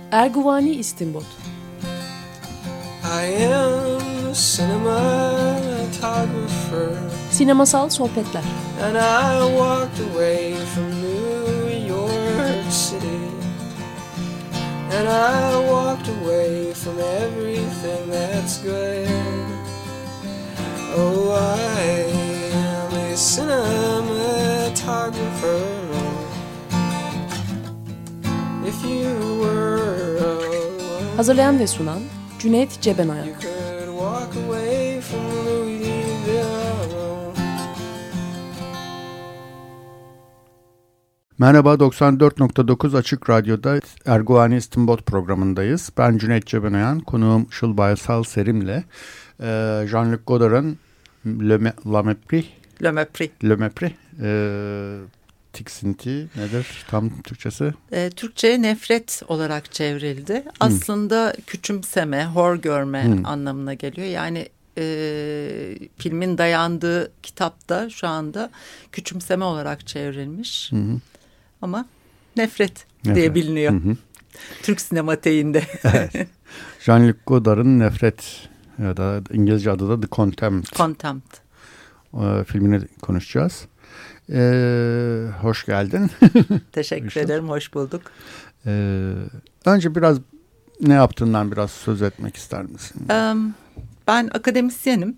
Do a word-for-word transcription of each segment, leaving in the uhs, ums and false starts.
Erguvani İstinbot. I am a cinematographer. Sinemasal sohbetler. And I walked away from New York City. And I walked away from everything that's good. Oh, I am a cinematographer. If you were alone, hazırlayan ve sunan Cüneyt Cebenayak. you could walk away from Louisville alone. Merhaba, doksan dört nokta dokuz Açık Radyo'da Erguvani İstinbot programındayız. Ben Cüneyt Cebenayan, konuğum Işıl Baysal Serim'le e, Jean-Luc Godard'ın Le, La Mépris, Le Mépris, Le Mépris e, tiksinti nedir tam Türkçesi? E, Türkçe'ye nefret olarak çevrildi. Hmm. Aslında küçümseme, hor görme hmm. anlamına geliyor. Yani e, filmin dayandığı kitapta şu anda küçümseme olarak çevrilmiş. Hmm. Ama nefret, nefret diye biliniyor. Hmm. Türk sinematiğinde. Evet. Jean-Luc Godard'ın Nefret ya da İngilizce adı da The Contempt. Contempt. E, filmini konuşacağız. Ee, hoş geldin. Teşekkür ederim, hoş bulduk. Ee, önce biraz ne yaptığından biraz söz etmek ister misin? Ben akademisyenim.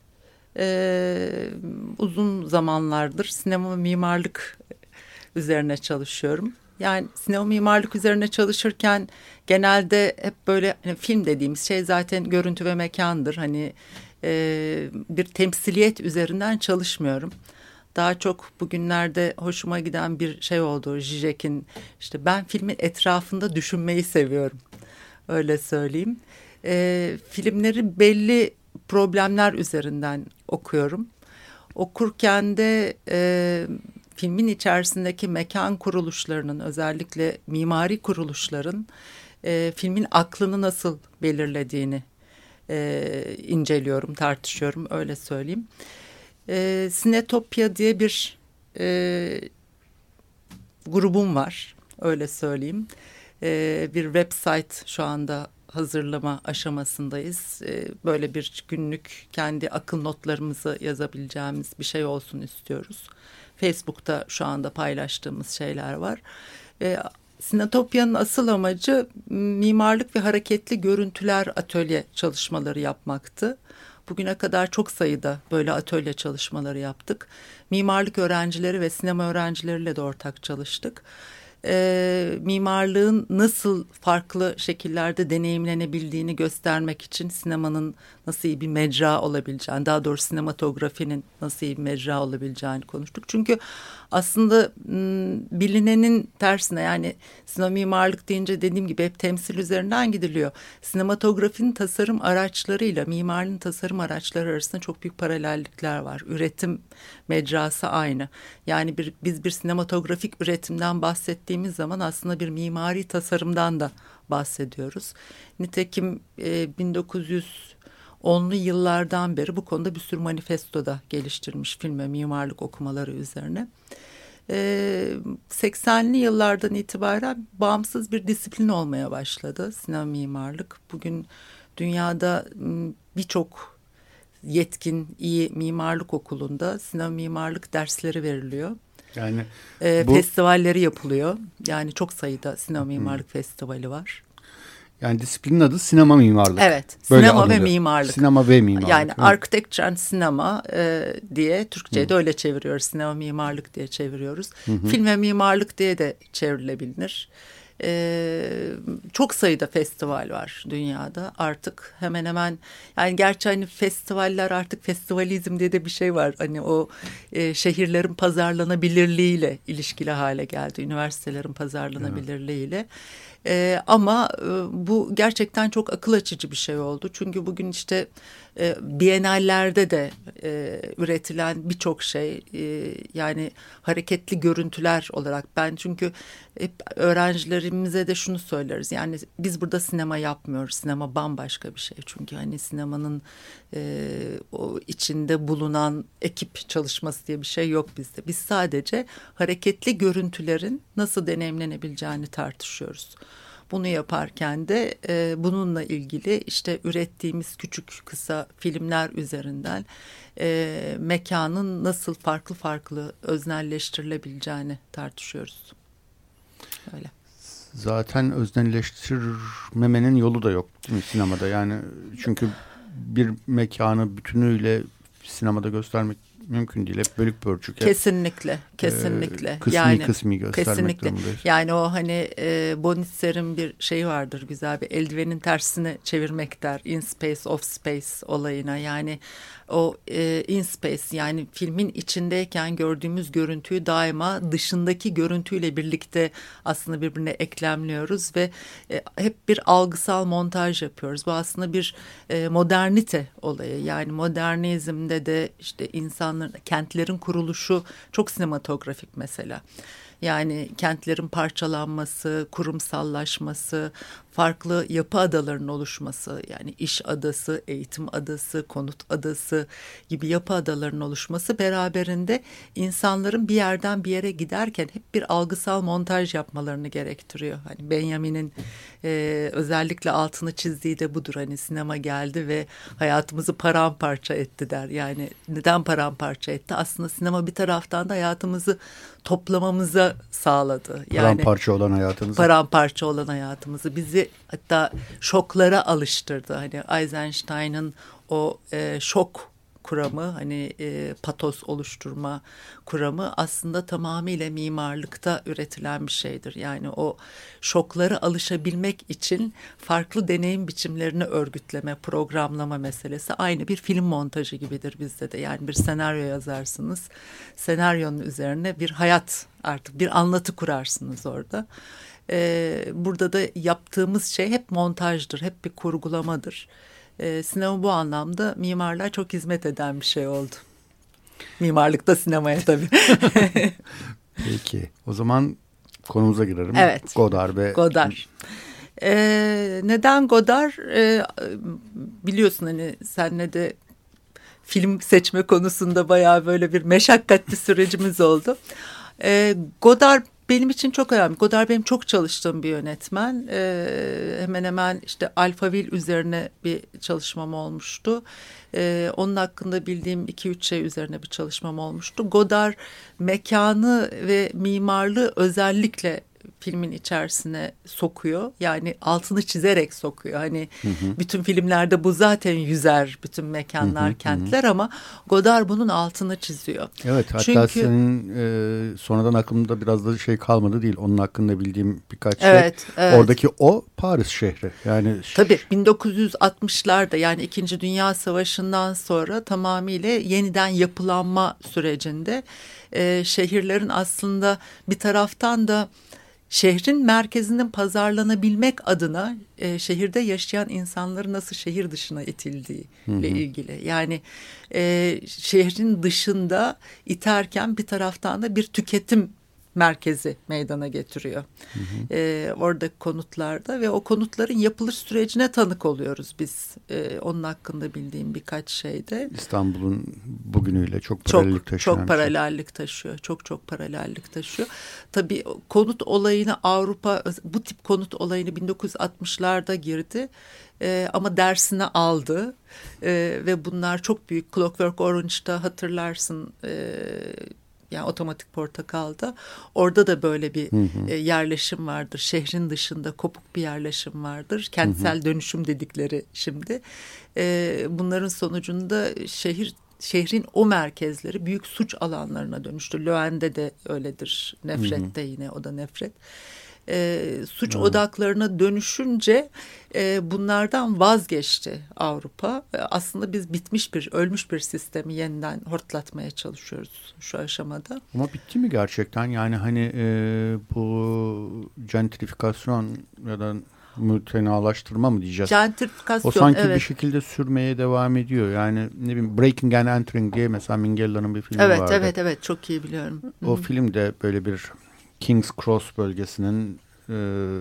Ee, uzun zamanlardır sinema mimarlık üzerine çalışıyorum. Yani sinema mimarlık üzerine çalışırken genelde hep böyle hani film dediğimiz şey zaten görüntü ve mekandır. Hani e, bir temsiliyet üzerinden çalışmıyorum. Daha çok bugünlerde hoşuma giden bir şey oldu. Zizek'in işte ben filmin etrafında düşünmeyi seviyorum. Öyle söyleyeyim. E, filmleri belli problemler üzerinden okuyorum. Okurken de e, filmin içerisindeki mekan kuruluşlarının, özellikle mimari kuruluşların e, filmin aklını nasıl belirlediğini e, inceliyorum, tartışıyorum, öyle söyleyeyim. E, Sinetopya diye bir e, grubum var, öyle söyleyeyim. E, bir website şu anda hazırlama aşamasındayız. E, böyle bir günlük kendi akıl notlarımızı yazabileceğimiz bir şey olsun istiyoruz. Facebook'ta şu anda paylaştığımız şeyler var. E, Sinetopya'nın asıl amacı mimarlık ve hareketli görüntüler atölye çalışmaları yapmaktı. Bugüne kadar çok sayıda böyle atölye çalışmaları yaptık. Mimarlık öğrencileri ve sinema öğrencileriyle de ortak çalıştık. E, mimarlığın nasıl farklı şekillerde deneyimlenebildiğini göstermek için sinemanın nasıl iyi bir mecra olabileceğini, daha doğrusu sinematografinin nasıl iyi bir mecra olabileceğini konuştuk. Çünkü aslında m, bilinenin tersine, yani sinema mimarlık deyince dediğim gibi hep temsil üzerinden gidiliyor. Sinematografinin tasarım araçlarıyla mimarlığın tasarım araçları arasında çok büyük paralellikler var. Üretim mecrası aynı. Yani bir, biz bir sinematografik üretimden bahsettiğimiz zaman aslında bir mimari tasarımdan da bahsediyoruz. Nitekim e, bin dokuz yüz onlu yıllardan beri bu konuda bir sürü manifesto da geliştirmiş film ve mimarlık okumaları üzerine. E, seksenli yıllardan itibaren bağımsız bir disiplin olmaya başladı sinema mimarlık. Bugün dünyada birçok yetkin, iyi mimarlık okulunda sinema mimarlık dersleri veriliyor. Yani e, bu... festivalleri yapılıyor. Yani çok sayıda sinema mimarlık hmm. festivali var. Yani disiplinin adı sinema mimarlık. Evet, böyle sinema anılıyor. Ve mimarlık. Sinema ve mimarlık. Yani evet. Architecture and Cinema e, diye Türkçe'ye de öyle çeviriyoruz. Sinema mimarlık diye çeviriyoruz. Hı hı. Film ve mimarlık diye de çevrilebilir. Ee, çok sayıda festival var dünyada artık, hemen hemen, yani gerçi hani festivaller artık festivalizm diye de bir şey var, hani o e, şehirlerin pazarlanabilirliğiyle ilişkili hale geldi, üniversitelerin pazarlanabilirliğiyle. Ee, ama e, bu gerçekten çok akıl açıcı bir şey oldu. Çünkü bugün işte e, bienallerde de e, üretilen birçok şey, e, yani hareketli görüntüler olarak, ben çünkü hep öğrencilerimize de şunu söyleriz. Yani biz burada sinema yapmıyoruz. Sinema bambaşka bir şey. Çünkü hani sinemanın e, o içinde bulunan ekip çalışması diye bir şey yok bizde. Biz sadece hareketli görüntülerin nasıl deneyimlenebileceğini tartışıyoruz. Bunu yaparken de e, bununla ilgili işte ürettiğimiz küçük kısa filmler üzerinden e, mekanın nasıl farklı farklı öznelleştirilebileceğini tartışıyoruz. Öyle. Zaten öznelleştirmemenin yolu da yok değil mi sinemada? Yani çünkü bir mekanı bütünüyle sinemada göstermek mümkün değil. Hep bölük pörçük. Kesinlikle, kesinlikle. E, kısmi yani, kısmi göstermek kesinlikle. durumundayız. Yani o hani e, Bonitser'in bir şeyi vardır güzel, bir eldivenin tersini çevirmek der. In space, off space olayına. Yani o e, in space, yani filmin içindeyken gördüğümüz görüntüyü daima dışındaki görüntüyle birlikte aslında birbirine eklemliyoruz ve e, hep bir algısal montaj yapıyoruz. Bu aslında bir e, modernite olayı. Yani modernizmde de işte insanların, kentlerin kuruluşu çok sinematografik mesela. Yani kentlerin parçalanması, kurumsallaşması, farklı yapı adalarının oluşması, yani iş adası, eğitim adası, konut adası gibi yapı adalarının oluşması beraberinde insanların bir yerden bir yere giderken hep bir algısal montaj yapmalarını gerektiriyor. Hani Benjamin'in e, özellikle altını çizdiği de budur. Hani sinema geldi ve hayatımızı paramparça etti der. Yani neden paramparça etti? Aslında sinema bir taraftan da hayatımızı toplamamıza sağladı. Yani Paramparça olan hayatımızı. Paramparça olan hayatımızı. Bizi hatta şoklara alıştırdı. Hani Eisenstein'ın o e, şok kuramı, hani e, patos oluşturma kuramı aslında tamamıyla mimarlıkta üretilen bir şeydir. Yani o şoklara alışabilmek için farklı deneyim biçimlerini örgütleme, programlama meselesi aynı bir film montajı gibidir bizde de. Yani bir senaryo yazarsınız, senaryonun üzerine bir hayat, artık bir anlatı kurarsınız orada. Ee, burada da yaptığımız şey hep montajdır, hep bir kurgulamadır. Ee, sinema bu anlamda mimarlığa çok hizmet eden bir şey oldu. Mimarlıkta sinemaya tabii. Peki, o zaman konumuza girelim. Evet. Godard ve... Godard. Ee, neden Godard? Ee, biliyorsun hani senle de film seçme konusunda bayağı böyle bir meşakkatli sürecimiz oldu. Ee, Godard benim için çok önemli. Godard benim çok çalıştığım bir yönetmen. Ee, hemen hemen işte Alphaville üzerine bir çalışmam olmuştu. Ee, onun hakkında bildiğim iki üç şey üzerine bir çalışmam olmuştu. Godard mekanı ve mimarlığı özellikle filmin içerisine sokuyor. Yani altını çizerek sokuyor. Hani hı hı. bütün filmlerde bu zaten yüzer, bütün mekanlar, hı hı, kentler hı. ama Godard bunun altını çiziyor. Evet, hatta Çünkü, senin e, sonradan aklımda biraz da şey kalmadı değil. Onun hakkında bildiğim birkaç evet, şey. Evet. Oradaki o Paris şehri. Yani tabii bin dokuz yüz altmışlarda yani İkinci Dünya Savaşı'ndan sonra tamamıyla yeniden yapılanma sürecinde e, şehirlerin aslında bir taraftan da şehrin merkezinin pazarlanabilmek adına e, şehirde yaşayan insanların nasıl şehir dışına itildiği ile ilgili. Yani e, şehrin dışında iterken bir taraftan da bir tüketim merkezi meydana getiriyor. Hı hı. E, oradaki konutlarda ve o konutların yapılış sürecine tanık oluyoruz biz. E, onun hakkında bildiğim birkaç şeyde. İstanbul'un bugünüyle çok paralellik taşıyor. Çok paralellik taşıyor. Çok çok paralellik taşıyor. Tabii konut olayını Avrupa, bu tip konut olayını bin dokuz yüz altmışlarda girdi. Ee, ama dersini aldı ee, ve bunlar çok büyük. Clockwork Orange'da hatırlarsın, e, yani Otomatik Portakal'da orada da böyle bir hı hı. E, yerleşim vardır. Şehrin dışında kopuk bir yerleşim vardır. Kentsel hı hı. dönüşüm dedikleri şimdi. E, bunların sonucunda şehir şehrin o merkezleri büyük suç alanlarına dönüştü. Löwen'de de öyledir. Nefret'te hı hı. yine o da nefret. E, suç evet. odaklarına dönüşünce e, bunlardan vazgeçti Avrupa. E, aslında biz bitmiş bir, ölmüş bir sistemi yeniden hortlatmaya çalışıyoruz şu aşamada. Ama bitti mi gerçekten? Yani hani e, bu gentrifikasyon ya da mütenalaştırma mı diyeceğiz? Gentrifikasyon, o sanki evet. bir şekilde sürmeye devam ediyor. Yani ne bileyim Breaking and Entering diye mesela Minghella'nın bir filmi evet, vardı. Evet, evet, evet. Çok iyi biliyorum. O Hı-hı. filmde böyle bir King's Cross bölgesinin e,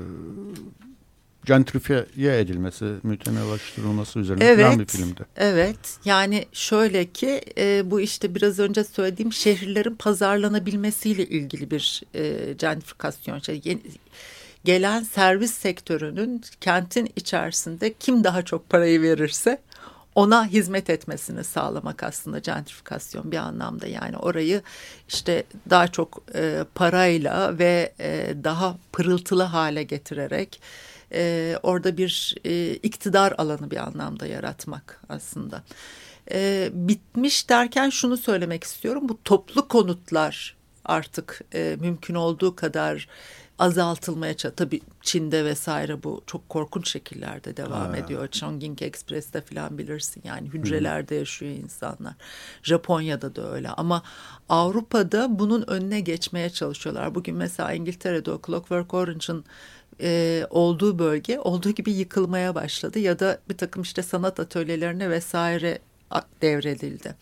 gentrifiye edilmesi, mütenalaştırılması üzerine evet, falan bir filmdi. Evet, yani şöyle ki e, bu işte biraz önce söylediğim şehirlerin pazarlanabilmesiyle ilgili bir e, gentrifikasyon. Şey, yeni, gelen servis sektörünün kentin içerisinde kim daha çok parayı verirse ona hizmet etmesini sağlamak aslında gentrifikasyon bir anlamda. Yani orayı işte daha çok e, parayla ve e, daha pırıltılı hale getirerek e, orada bir e, iktidar alanı bir anlamda yaratmak aslında. E, bitmiş derken şunu söylemek istiyorum, bu toplu konutlar artık e, mümkün olduğu kadar azaltılmaya çalışıyor. Tabii Çin'de vesaire bu çok korkunç şekillerde devam ha. ediyor. Chongqing Express'te falan bilirsin, yani hücrelerde yaşıyor insanlar. Japonya'da da öyle ama Avrupa'da bunun önüne geçmeye çalışıyorlar. Bugün mesela İngiltere'de o Clockwork Orange'ın e, olduğu bölge olduğu gibi yıkılmaya başladı ya da bir takım işte sanat atölyelerine vesaire devredildi.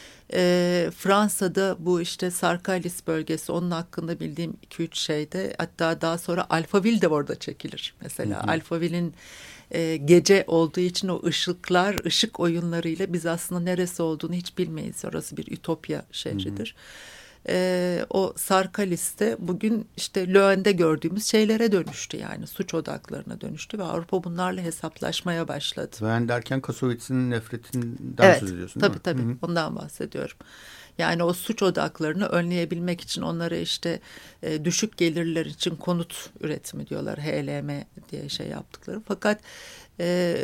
E, Fransa'da bu işte Sarkalis bölgesi, onun hakkında bildiğim iki üç şeyde, hatta daha sonra Alphaville de orada çekilir. Mesela Alphaville'in e, gece olduğu için o ışıklar, ışık oyunlarıyla biz aslında neresi olduğunu hiç bilmeyiz. Orası bir ütopya şehridir. Hı hı. Ee, o Sarkalis'te bugün işte Löwen'de gördüğümüz şeylere dönüştü, yani suç odaklarına dönüştü ve Avrupa bunlarla hesaplaşmaya başladı. Löwen derken Kassowitz'in nefretinden evet, söz ediyorsun tabii, değil mi? Tabii tabii ondan bahsediyorum. Yani o suç odaklarını önleyebilmek için onlara işte e, düşük gelirler için konut üretimi diyorlar, H L M diye şey yaptıkları. Fakat e,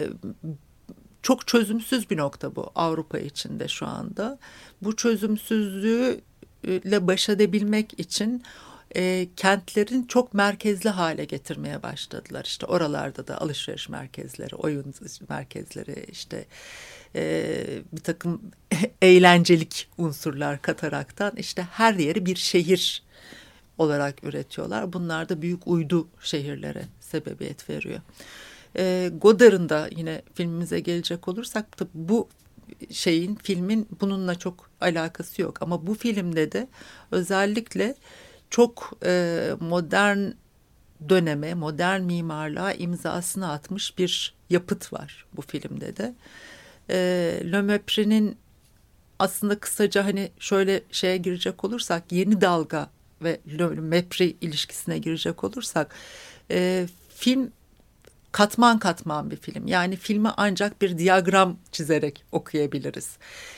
çok çözümsüz bir nokta bu Avrupa içinde şu anda. Bu çözümsüzlüğü ile baş edebilmek için e, kentlerin çok merkezli hale getirmeye başladılar. İşte oralarda da alışveriş merkezleri, oyun merkezleri, işte e, bir takım eğlencelik unsurlar kataraktan işte her yeri bir şehir olarak üretiyorlar. Bunlar da büyük uydu şehirlere sebebiyet veriyor. E, Godard'ın da yine filmimize gelecek olursak tabii bu şeyin, filmin bununla çok alakası yok ama bu filmde de özellikle çok e, modern döneme, modern mimarlığa imzasını atmış bir yapıt var bu filmde de. E, Le Mépris'in aslında kısaca hani şöyle şeye girecek olursak, Yeni Dalga ve Le Mépris ilişkisine girecek olursak e, film katman katman bir film. Yani filmi ancak bir diyagram çizerek okuyabiliriz.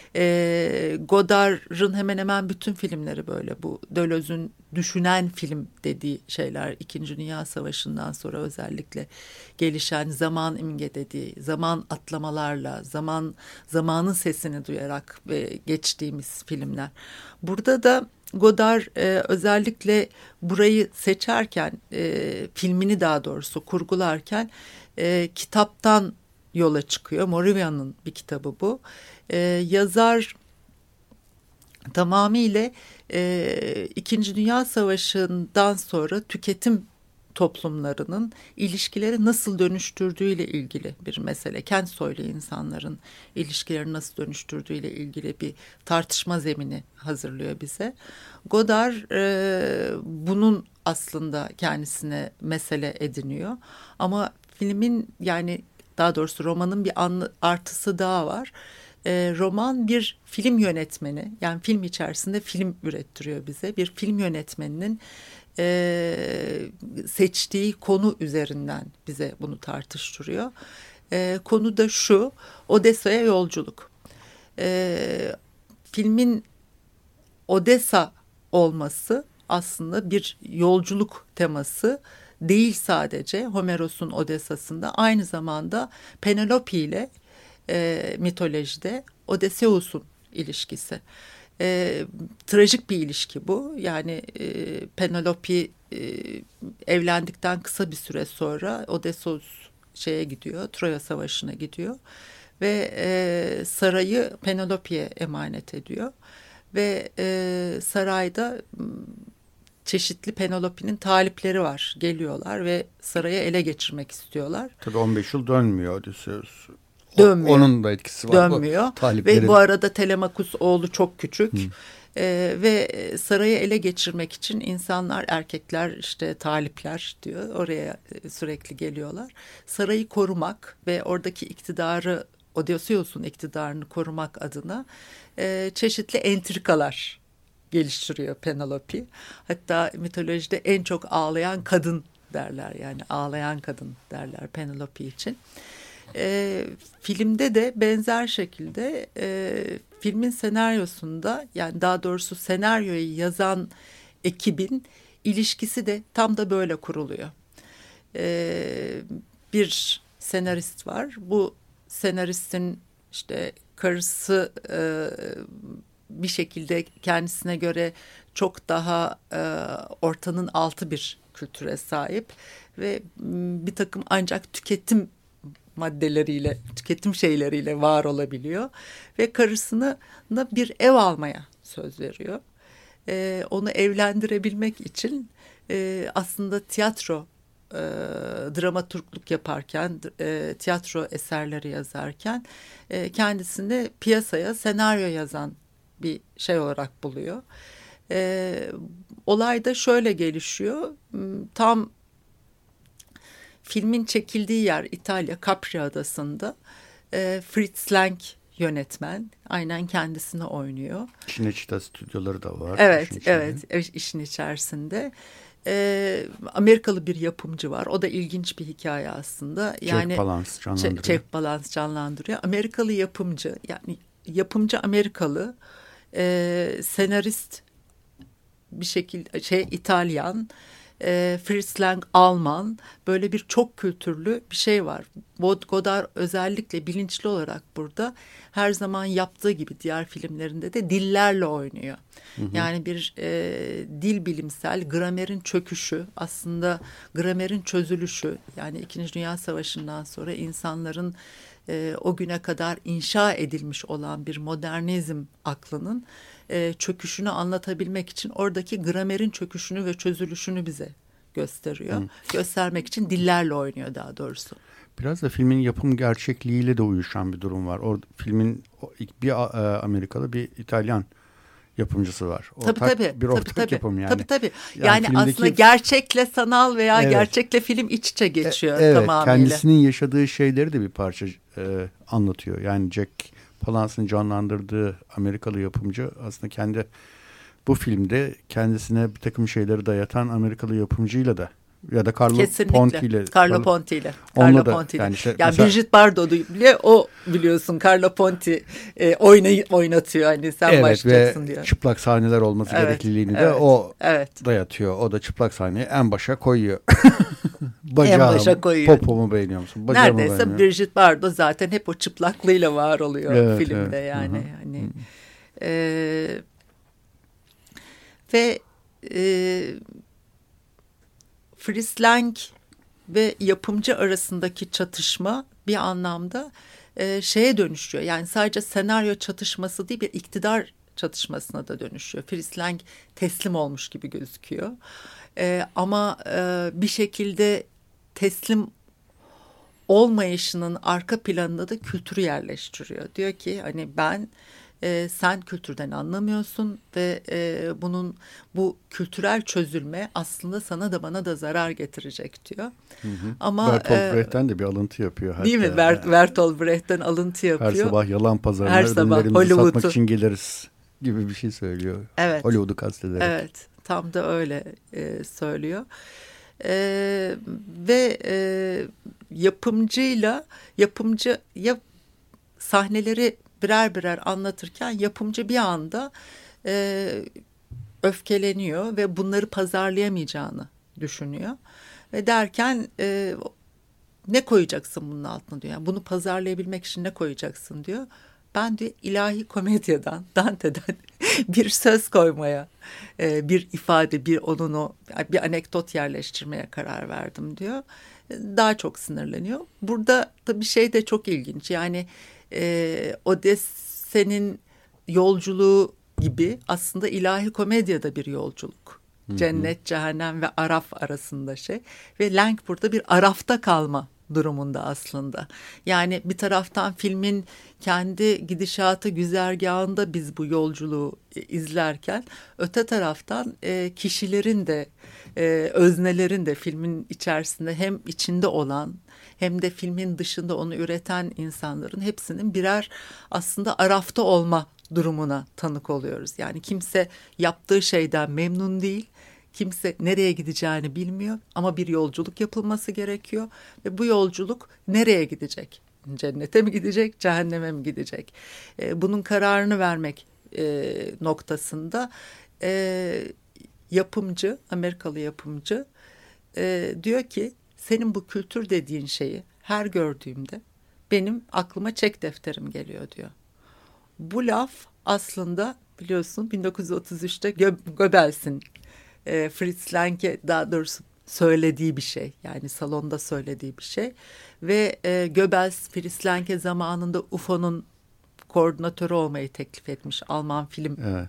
Ee, Godard'ın hemen hemen bütün filmleri böyle. Bu Deleuze'ün düşünen film dediği şeyler, İkinci Dünya Savaşı'ndan sonra özellikle gelişen zaman imge dediği, zaman atlamalarla, zaman zamanın sesini duyarak ve geçtiğimiz filmler. Burada da Godard e, özellikle burayı seçerken, e, filmini daha doğrusu kurgularken e, kitaptan yola çıkıyor. Morivian'ın bir kitabı bu. E, yazar tamamıyla e, İkinci Dünya Savaşı'ndan sonra tüketim toplumlarının ilişkileri nasıl dönüştürdüğüyle ilgili bir mesele. Kent soylu insanların ilişkileri nasıl dönüştürdüğüyle ilgili bir tartışma zemini hazırlıyor bize. Godard e, bunun aslında kendisine mesele ediniyor. Ama filmin, yani daha doğrusu romanın bir anlı, artısı daha var. E, roman bir film yönetmeni, yani film içerisinde film ürettiriyor bize. Bir film yönetmeninin Ee, seçtiği konu üzerinden bize bunu tartıştırıyor. Ee, konu da şu: Odessa'ya yolculuk. Ee, filmin Odessa olması aslında bir yolculuk teması değil sadece Homeros'un Odessa'sında, aynı zamanda Penelope ile e, mitolojide Odysseus'un ilişkisi. E, trajik bir ilişki bu. Yani e, Penelope e, evlendikten kısa bir süre sonra Odysseus şeye gidiyor, Troya Savaşı'na gidiyor ve e, sarayı Penelope'ye emanet ediyor ve e, sarayda çeşitli Penelope'nin talipleri var, geliyorlar ve sarayı ele geçirmek istiyorlar. Tabii on beş yıl dönmüyor Odysseus. Dönmüyor. Onun da etkisi var. Dönmüyor. Ve bu arada Telemakus oğlu çok küçük. Hmm. Ee, ve sarayı ele geçirmek için insanlar, erkekler, işte talipler diyor, oraya sürekli geliyorlar. Sarayı korumak ve oradaki iktidarı, Odysseus'un iktidarını korumak adına e, çeşitli entrikalar geliştiriyor Penelope. Hatta mitolojide en çok ağlayan kadın derler, yani ağlayan kadın derler Penelope için. E, filmde de benzer şekilde e, filmin senaryosunda, yani daha doğrusu senaryoyu yazan ekibin ilişkisi de tam da böyle kuruluyor. E, bir senarist var. Bu senaristin işte karısı e, bir şekilde kendisine göre çok daha e, ortanın altı bir kültüre sahip ve bir takım ancak tüketim maddeleriyle, tüketim şeyleriyle var olabiliyor ve karısına bir ev almaya söz veriyor. E, onu evlendirebilmek için e, aslında tiyatro, e, dramaturgluk yaparken, e, tiyatro eserleri yazarken e, kendisini piyasaya senaryo yazan bir şey olarak buluyor. E, olay da şöyle gelişiyor. Tam filmin çekildiği yer İtalya, Capri Adası'nda. E, Fritz Lang yönetmen. Aynen kendisini oynuyor. Cinecittà stüdyoları da var. Evet, işin evet, işin içerisinde. E, Amerikalı bir yapımcı var. O da ilginç bir hikaye aslında. Yani Jack Palance canlandırıyor. Jack Palance canlandırıyor. Amerikalı yapımcı, yani yapımcı Amerikalı, e, senarist bir şekilde şey İtalyan, e, Fritz Lang Alman, böyle bir çok kültürlü bir şey var. Godard özellikle bilinçli olarak burada her zaman yaptığı gibi diğer filmlerinde de dillerle oynuyor. Hı hı. Yani bir e, dil bilimsel, gramerin çöküşü, aslında gramerin çözülüşü, yani İkinci Dünya Savaşı'ndan sonra insanların e, o güne kadar inşa edilmiş olan bir modernizm aklının e, çöküşünü anlatabilmek için oradaki gramerin çöküşünü ve çözülüşünü bize gösteriyor. Hı. Göstermek için dillerle oynuyor daha doğrusu. Biraz da filmin yapım gerçekliğiyle de uyuşan bir durum var. Orada filmin bir Amerikalı, bir İtalyan yapımcısı var. Tabii Ortak, tabii. Bir ortak tabii, yapım yani. Tabii tabii. Yani, yani filmdeki, aslında gerçekle sanal veya evet, gerçekle film iç içe geçiyor evet, tamamıyla. Kendisinin yaşadığı şeyleri de bir parça e, anlatıyor. Yani Jack Palance'ın canlandırdığı Amerikalı yapımcı aslında kendi bu filmde kendisine bir takım şeyleri dayatan Amerikalı yapımcıyla da, ya da Carlo Kesinlikle. Ponti ile. Carlo Ponti ile. Carlo Ponti ile. Yani, işte yani mesela, Brigitte Bardot'u bile o biliyorsun Carlo Ponti e, oynay, oynatıyor. Hani sen evet, başlayacaksın ve diyor. Çıplak sahneler olması evet, gerekliliğini evet, de o evet. dayatıyor. O da çıplak sahneyi en başa koyuyor. Bacağım, en başa koyuyor. Popomu beğeniyor musun? Bacağımı neredeyse beğeniyor. Brigitte Bardot zaten hep o çıplaklığıyla var oluyor evet, filmde evet. yani. Hı-hı. Hani e, ve e, Fritz Lang ve yapımcı arasındaki çatışma bir anlamda e, şeye dönüşüyor. Yani sadece senaryo çatışması değil, bir iktidar çatışmasına da dönüşüyor. Fritz Lang teslim olmuş gibi gözüküyor. E, ama e, bir şekilde teslim olmayışının arka planında da kültürü yerleştiriyor. Diyor ki hani ben e, sen kültürden anlamıyorsun ve e, bunun bu kültürel çözülme aslında sana da bana da zarar getirecek diyor. Hı hı. Ama Bertolt e, Brecht'ten de bir alıntı yapıyor. Hatta. Değil mi? Ber, Bertolt Brecht'ten alıntı yapıyor. Her sabah yalan pazarına Her sabah ürünlerimizi satmak için geliriz gibi bir şey söylüyor. Evet. Hollywood'u kastederek. Evet. Tam da öyle e, söylüyor. E, ve e, yapımcıyla yapımcı ya sahneleri birer birer anlatırken yapımcı bir anda e, öfkeleniyor ve bunları pazarlayamayacağını düşünüyor. Ve derken e, ne koyacaksın bunun altına diyor. Yani bunu pazarlayabilmek için ne koyacaksın diyor. Ben diyor ilahi komedyadan, Dante'den bir söz koymaya, e, bir ifade, bir onun o bir anekdot yerleştirmeye karar verdim diyor. Daha çok sinirleniyor. Burada da bir şey de çok ilginç. Yani e, Odysseus'nin yolculuğu gibi aslında ilahi komedyada bir yolculuk. Hı hı. Cennet, cehennem ve araf arasında şey. Ve Lang burada bir arafta kalma durumunda aslında. Yani bir taraftan filmin kendi gidişatı güzergahında biz bu yolculuğu izlerken öte taraftan e, kişilerin de e, öznelerin de filmin içerisinde hem içinde olan hem de filmin dışında onu üreten insanların hepsinin birer aslında arafta olma durumuna tanık oluyoruz. Yani kimse yaptığı şeyden memnun değil. Kimse nereye gideceğini bilmiyor ama bir yolculuk yapılması gerekiyor ve bu yolculuk nereye gidecek? Cennete mi gidecek, cehenneme mi gidecek? E, bunun kararını vermek e, noktasında e, yapımcı, Amerikalı yapımcı e, diyor ki senin bu kültür dediğin şeyi her gördüğümde benim aklıma çek defterim geliyor diyor. Bu laf aslında biliyorsun bin dokuz yüz otuz üçte Gö- Goebbels'in e, Fritz Lang'e daha doğrusu söylediği bir şey. Yani salonda söylediği bir şey. Ve e, Goebbels Fritz Lang'e zamanında U F O'nun koordinatörü olmayı teklif etmiş. Alman film. Evet.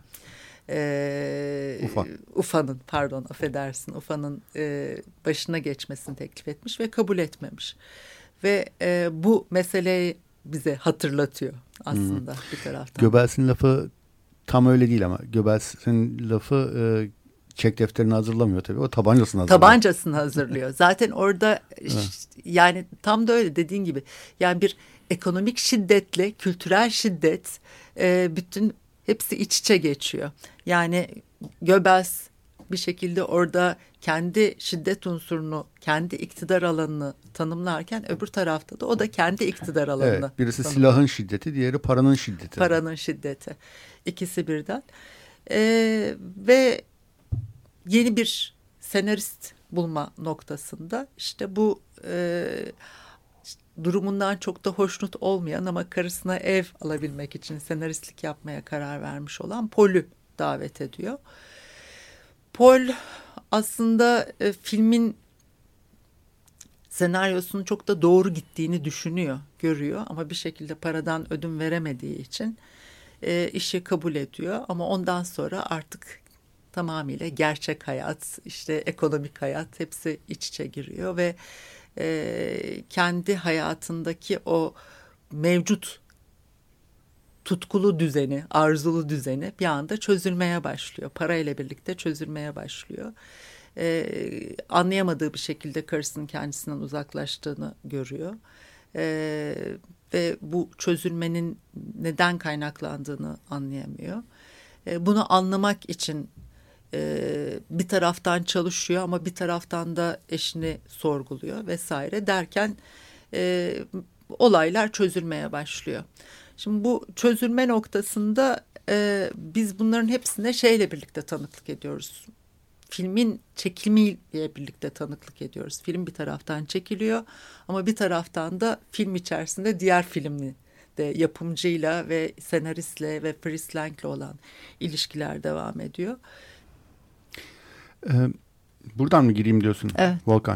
E, U F A. U F A'nın pardon affedersin U F A'nın e, başına geçmesini teklif etmiş ve kabul etmemiş. Ve e, bu meseleyi bize hatırlatıyor aslında hmm. bir taraftan. Goebbels'in lafı tam öyle değil ama Goebbels'in lafı e, çek defterini hazırlamıyor tabii. O tabancasını hazırlıyor. Tabancasını hazırlıyor. Zaten orada yani tam da öyle dediğin gibi. Yani bir ekonomik şiddetle kültürel şiddet e, bütün hepsi iç içe geçiyor. Yani Goebbels bir şekilde orada kendi şiddet unsurunu, kendi iktidar alanını tanımlarken öbür tarafta da o da kendi iktidar alanını. Evet, birisi tanımlıyor. Silahın şiddeti, diğeri paranın şiddeti. Paranın şiddeti. İkisi birden. Ee, ve yeni bir senarist bulma noktasında işte bu e, durumundan çok da hoşnut olmayan ama karısına ev alabilmek için senaristlik yapmaya karar vermiş olan Paul'ü davet ediyor. Paul aslında e, filmin senaryosunun çok da doğru gittiğini düşünüyor, görüyor ama bir şekilde paradan ödün veremediği için e, işi kabul ediyor ama ondan sonra artık tamamıyla gerçek hayat, işte ekonomik hayat hepsi iç içe giriyor ve e, kendi hayatındaki o mevcut tutkulu düzeni, arzulu düzeni bir anda çözülmeye başlıyor. Parayla birlikte çözülmeye başlıyor. Ee, anlayamadığı bir şekilde karısının kendisinden uzaklaştığını görüyor. Ee, ve bu çözülmenin neden kaynaklandığını anlayamıyor. Ee, bunu anlamak için e, bir taraftan çalışıyor ama bir taraftan da eşini sorguluyor vesaire derken e, olaylar çözülmeye başlıyor. Şimdi bu çözülme noktasında e, biz bunların hepsine şeyle birlikte tanıklık ediyoruz. Filmin çekimiyle birlikte tanıklık ediyoruz. Film bir taraftan çekiliyor ama bir taraftan da film içerisinde diğer filmin de yapımcıyla ve senaristle ve Fritz Lang'le olan ilişkiler devam ediyor. Ee, buradan mı gireyim diyorsun evet. Volkan?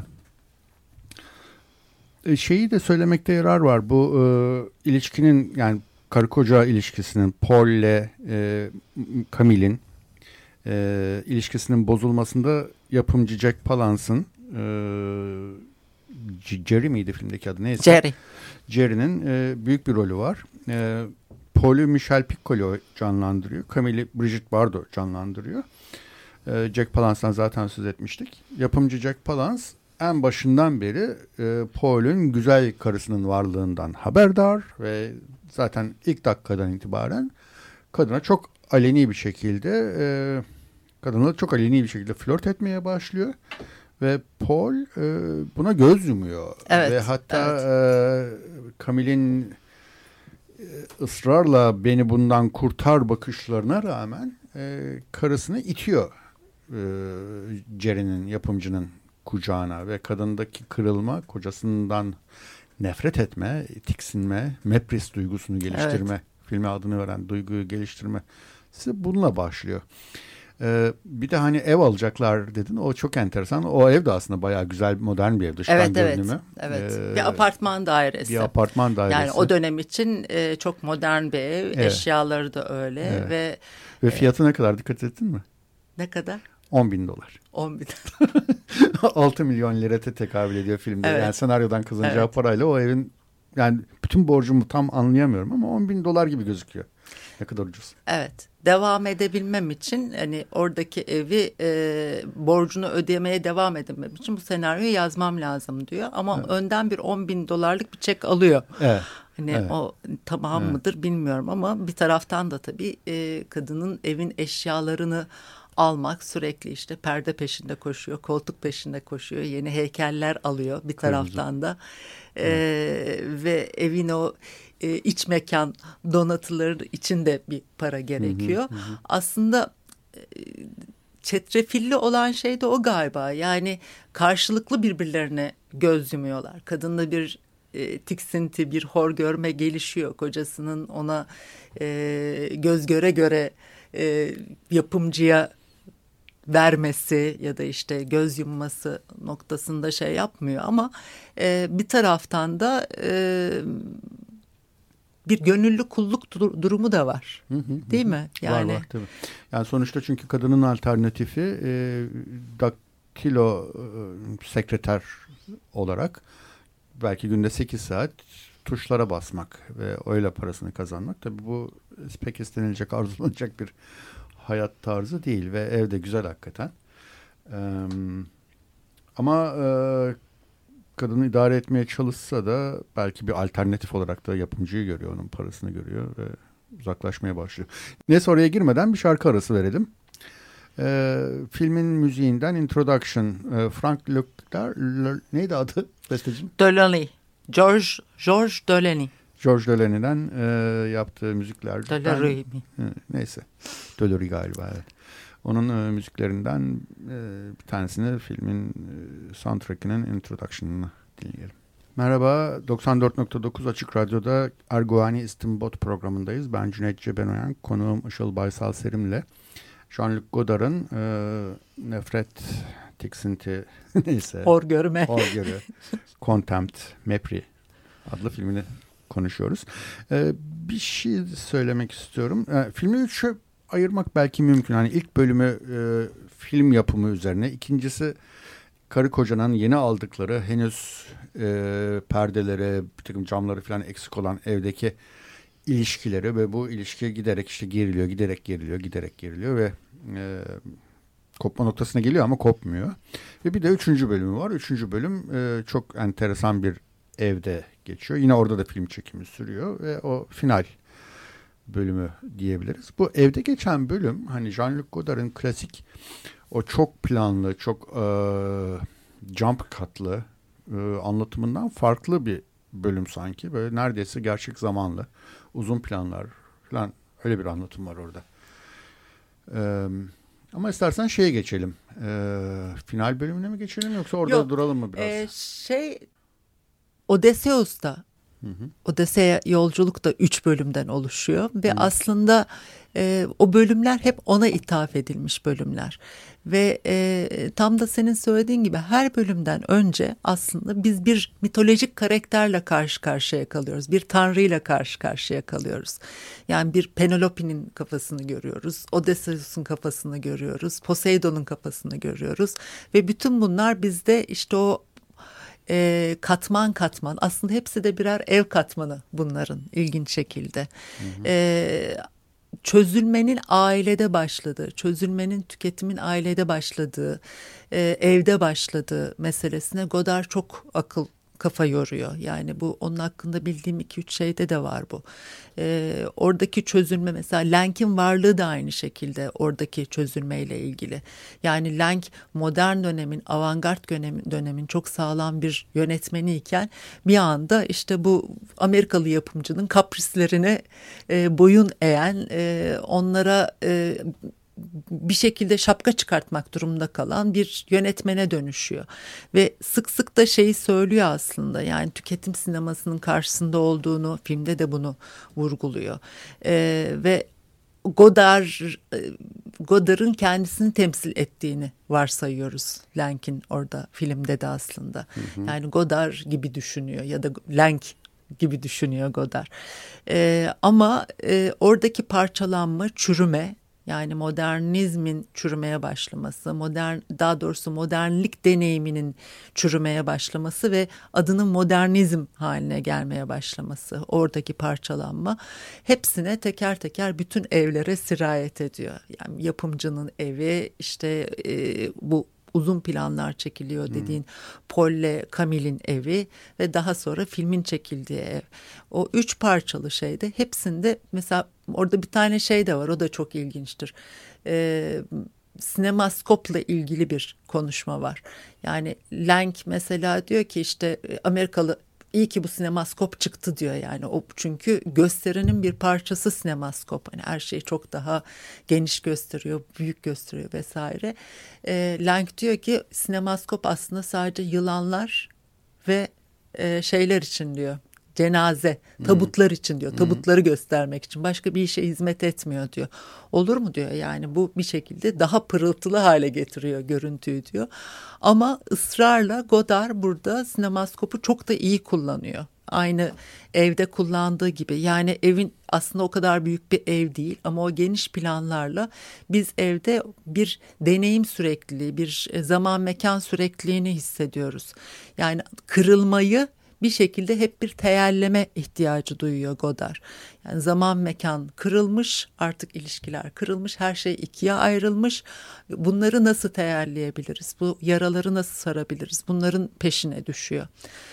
Ee, şeyi de söylemekte yarar var. Bu e, ilişkinin yani karı koca ilişkisinin Paul'le e, Camille'in e, ilişkisinin bozulmasında yapımcı Jack Palance'ın e, Jerry miydi filmdeki adı neyse? Jerry. Jerry'nin e, büyük bir rolü var. E, Paul'ü Michel Piccolo canlandırıyor. Camille'i Brigitte Bardot canlandırıyor. E, Jack Palance'dan zaten söz etmiştik. Yapımcı Jack Palance en başından beri e, Paul'ün güzel karısının varlığından haberdar ve zaten ilk dakikadan itibaren kadına çok aleni bir şekilde e, kadınla çok aleni bir şekilde flört etmeye başlıyor ve Paul e, buna göz yumuyor. Evet, ve hatta evet. e, Camille'in e, ısrarla beni bundan kurtar bakışlarına rağmen e, karısını itiyor e, Jerry'nin, yapımcının kucağına ve kadındaki kırılma, kocasından nefret etme, tiksinme, mepris duygusunu geliştirme, evet. filme adını veren duyguyu geliştirme size bununla başlıyor. Ee, bir de hani ev alacaklar dedin, o çok enteresan. O ev de aslında bayağı güzel, modern bir ev dıştan evet, görünümü. Evet, evet. Ee, bir apartman dairesi. Bir apartman dairesi. Yani o dönem için e, çok modern bir ev, evet. eşyaları da öyle evet. ve ve fiyatı e, ne kadar, dikkat ettin mi? Ne kadar? on bin dolar. on bin. altı milyon lira tekabül ediyor filmde. Evet. Yani senaryodan kazanacağı evet. parayla o evin, yani bütün borcumu tam anlayamıyorum ama on bin dolar gibi gözüküyor. Ne kadar ucuz. Evet. Devam edebilmem için hani oradaki evi e, borcunu ödemeye devam edemem için bu senaryoyu yazmam lazım diyor. Ama evet. önden bir on bin dolarlık bir çek alıyor. Evet. Hani evet. o tamam evet. mıdır bilmiyorum ama bir taraftan da tabii e, kadının evin eşyalarını almak, sürekli işte perde peşinde koşuyor, koltuk peşinde koşuyor, yeni heykeller alıyor bir taraftan da. E, ve evin o e, iç mekan donatıları için de bir para gerekiyor. Hı hı hı. Aslında e, çetrefilli olan şey de o galiba. Yani karşılıklı birbirlerine göz yumuyorlar. Kadında bir e, tiksinti, bir hor görme gelişiyor. Kocasının ona e, göz göre göre e, yapımcıya vermesi ya da işte göz yumması noktasında şey yapmıyor. Ama e, bir taraftan da e, bir gönüllü kulluk dur- durumu da var. Hı hı, değil hı. mi? Yani var, var tabii. Yani sonuçta çünkü kadının alternatifi e, daktilo e, sekreter olarak belki günde sekiz saat tuşlara basmak ve öyle parasını kazanmak. Tabii bu pek istenilecek, arzulanacak bir hayat tarzı değil ve evde güzel hakikaten. Ee, ama e, kadını idare etmeye çalışsa da belki bir alternatif olarak da yapımcıyı görüyor, onun parasını görüyor ve uzaklaşmaya başlıyor. Neyse, oraya girmeden bir şarkı arası verelim. Ee, filmin müziğinden Introduction. Ee, Frank Leclerc, neydi adı bestecinin? Delaney. George George Delaney. George Delaney'den e, yaptığı müziklerden. Delaney mi? Neyse. Delaney galiba. Evet. Onun e, müziklerinden e, bir tanesini filmin e, soundtrack'inin Introduction'ını dinleyelim. Merhaba, doksan dört nokta dokuz Açık Radyo'da Erguvani İstinbot programındayız. Ben Cüneyt Cebenoyan, konuğum Işıl Baysal Serim'le Jean-Luc Godard'ın e, Nefret, Tiksinti, neyse. Hor görme. Hor görme. Contempt, Mépris adlı filmini konuşuyoruz. E, bir şey söylemek istiyorum. E, filmi üçe ayırmak belki mümkün. Hani ilk bölümü e, film yapımı üzerine. İkincisi karı kocanın yeni aldıkları, henüz e, perdeleri, bir takım camları falan eksik olan evdeki ilişkileri ve bu ilişki giderek işte geriliyor, giderek geriliyor, giderek geriliyor ve e, kopma noktasına geliyor ama kopmuyor. Ve bir de üçüncü bölümü var. Üçüncü bölüm e, çok enteresan bir evde geçiyor. Yine orada da film çekimi sürüyor ve o final bölümü diyebiliriz. Bu evde geçen bölüm hani Jean-Luc Godard'ın klasik o çok planlı, çok e, jump cut'lı e, anlatımından farklı bir bölüm sanki. Böyle neredeyse gerçek zamanlı, uzun planlar falan, öyle bir anlatım var orada. E, ama istersen şeye geçelim. E, final bölümüne mi geçelim yoksa orada Yok, duralım mı biraz? E, şey Odysseus'ta Hı hı. Odessa'ya yolculuk da üç bölümden oluşuyor ve hı. aslında e, o bölümler hep ona ithaf edilmiş bölümler ve e, tam da senin söylediğin gibi her bölümden önce aslında biz bir mitolojik karakterle karşı karşıya kalıyoruz, bir tanrıyla karşı karşıya kalıyoruz. Yani bir Penelope'nin kafasını görüyoruz, Odysseus'un kafasını görüyoruz, Poseidon'un kafasını görüyoruz ve bütün bunlar bizde işte o E, katman katman, aslında hepsi de birer ev katmanı bunların, ilginç şekilde. Hı hı. E, çözülmenin ailede başladığı, çözülmenin tüketimin ailede başladığı, e, evde başladığı meselesine Godard çok akıl kafa yoruyor. Yani bu onun hakkında bildiğim iki üç şeyde de var bu. Ee, oradaki çözülme, mesela Lank'in varlığı da aynı şekilde oradaki çözülmeyle ilgili. Yani Lank modern dönemin, avantgard dönemin, dönemin çok sağlam bir yönetmeni iken bir anda işte bu Amerikalı yapımcının kaprislerine e, boyun eğen, e, onlara e, bir şekilde şapka çıkartmak durumunda kalan bir yönetmene dönüşüyor. Ve sık sık da şeyi söylüyor aslında, yani tüketim sinemasının karşısında olduğunu, filmde de bunu vurguluyor. Ee, ve Godard, Godard'ın kendisini temsil ettiğini varsayıyoruz Lank'in orada filmde de aslında. Hı hı. Yani Godard gibi düşünüyor ya da Lank gibi düşünüyor Godard. Ee, ama e, oradaki parçalanma, çürüme, yani modernizmin çürümeye başlaması, modern, daha doğrusu modernlik deneyiminin çürümeye başlaması ve adının modernizm haline gelmeye başlaması, oradaki parçalanma hepsine teker teker bütün evlere sirayet ediyor. Yani yapımcının evi, işte e, bu uzun planlar çekiliyor dediğin hmm. Paul'le Camille'in evi ve daha sonra filmin çekildiği ev. O üç parçalı şeyde hepsinde mesela orada bir tane şey de var, o da çok ilginçtir. Ee, sinemaskopla ilgili bir konuşma var. Yani Lang mesela diyor ki işte Amerikalı iyi ki bu sinemaskop çıktı diyor, yani o çünkü gösterinin bir parçası sinemaskop. Hani her şeyi çok daha geniş gösteriyor, büyük gösteriyor vesaire. E, Lang diyor ki sinemaskop aslında sadece yılanlar ve e, şeyler için diyor. Cenaze, tabutlar için diyor. Tabutları göstermek için, başka bir işe hizmet etmiyor diyor. Olur mu diyor, yani bu bir şekilde daha pırıltılı hale getiriyor görüntüyü diyor. Ama ısrarla Godard burada sinemaskopu çok da iyi kullanıyor. Aynı evde kullandığı gibi, yani evin aslında o kadar büyük bir ev değil ama o geniş planlarla biz evde bir deneyim sürekliliği, bir zaman mekan sürekliliğini hissediyoruz. Yani kırılmayı bir şekilde hep bir teyelleme ihtiyacı duyuyor Godard. Yani zaman mekan kırılmış, artık ilişkiler kırılmış, her şey ikiye ayrılmış. Bunları nasıl teyelleyebiliriz? Bu yaraları nasıl sarabiliriz? Bunların peşine düşüyor.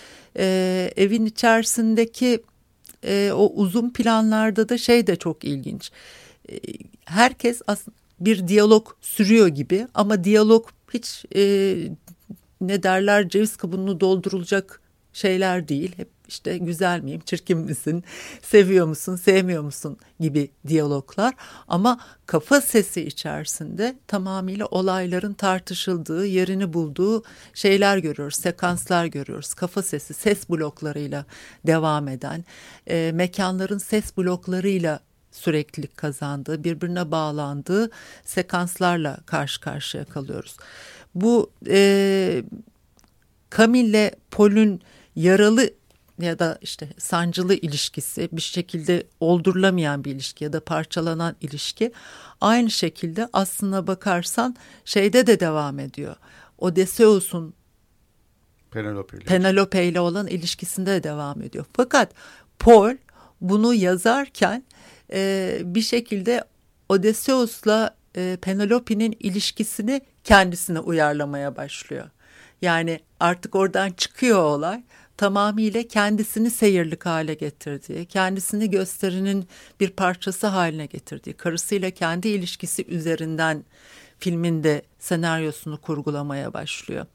Ee, evin içerisindeki e, o uzun planlarda da şey de çok ilginç. Ee, herkes aslında bir diyalog sürüyor gibi ama diyalog hiç e, ne derler, ceviz kabuğunu doldurulacak şeyler değil. Hep işte güzel miyim, çirkin misin, seviyor musun, sevmiyor musun gibi diyaloglar. Ama kafa sesi içerisinde tamamıyla olayların tartışıldığı, yerini bulduğu şeyler görüyoruz, sekanslar görüyoruz. Kafa sesi, ses bloklarıyla devam eden, e, mekanların ses bloklarıyla süreklilik kazandığı, birbirine bağlandığı sekanslarla karşı karşıya kalıyoruz. Bu e, Camille'le Paul'ün yaralı ya da işte sancılı ilişkisi, bir şekilde oldurulamayan bir ilişki ya da parçalanan ilişki aynı şekilde aslına bakarsan şeyde de devam ediyor. Odysseus'un Penelope ile. Penelope ile olan ilişkisinde de devam ediyor. Fakat Paul bunu yazarken e, bir şekilde Odysseus'la e, Penelope'nin ilişkisini kendisine uyarlamaya başlıyor. Yani artık oradan çıkıyor olay, tamamıyla kendisini seyirlik hale getirdiği, kendisini gösterinin bir parçası haline getirdiği, karısıyla kendi ilişkisi üzerinden filminde senaryosunu kurgulamaya başlıyor.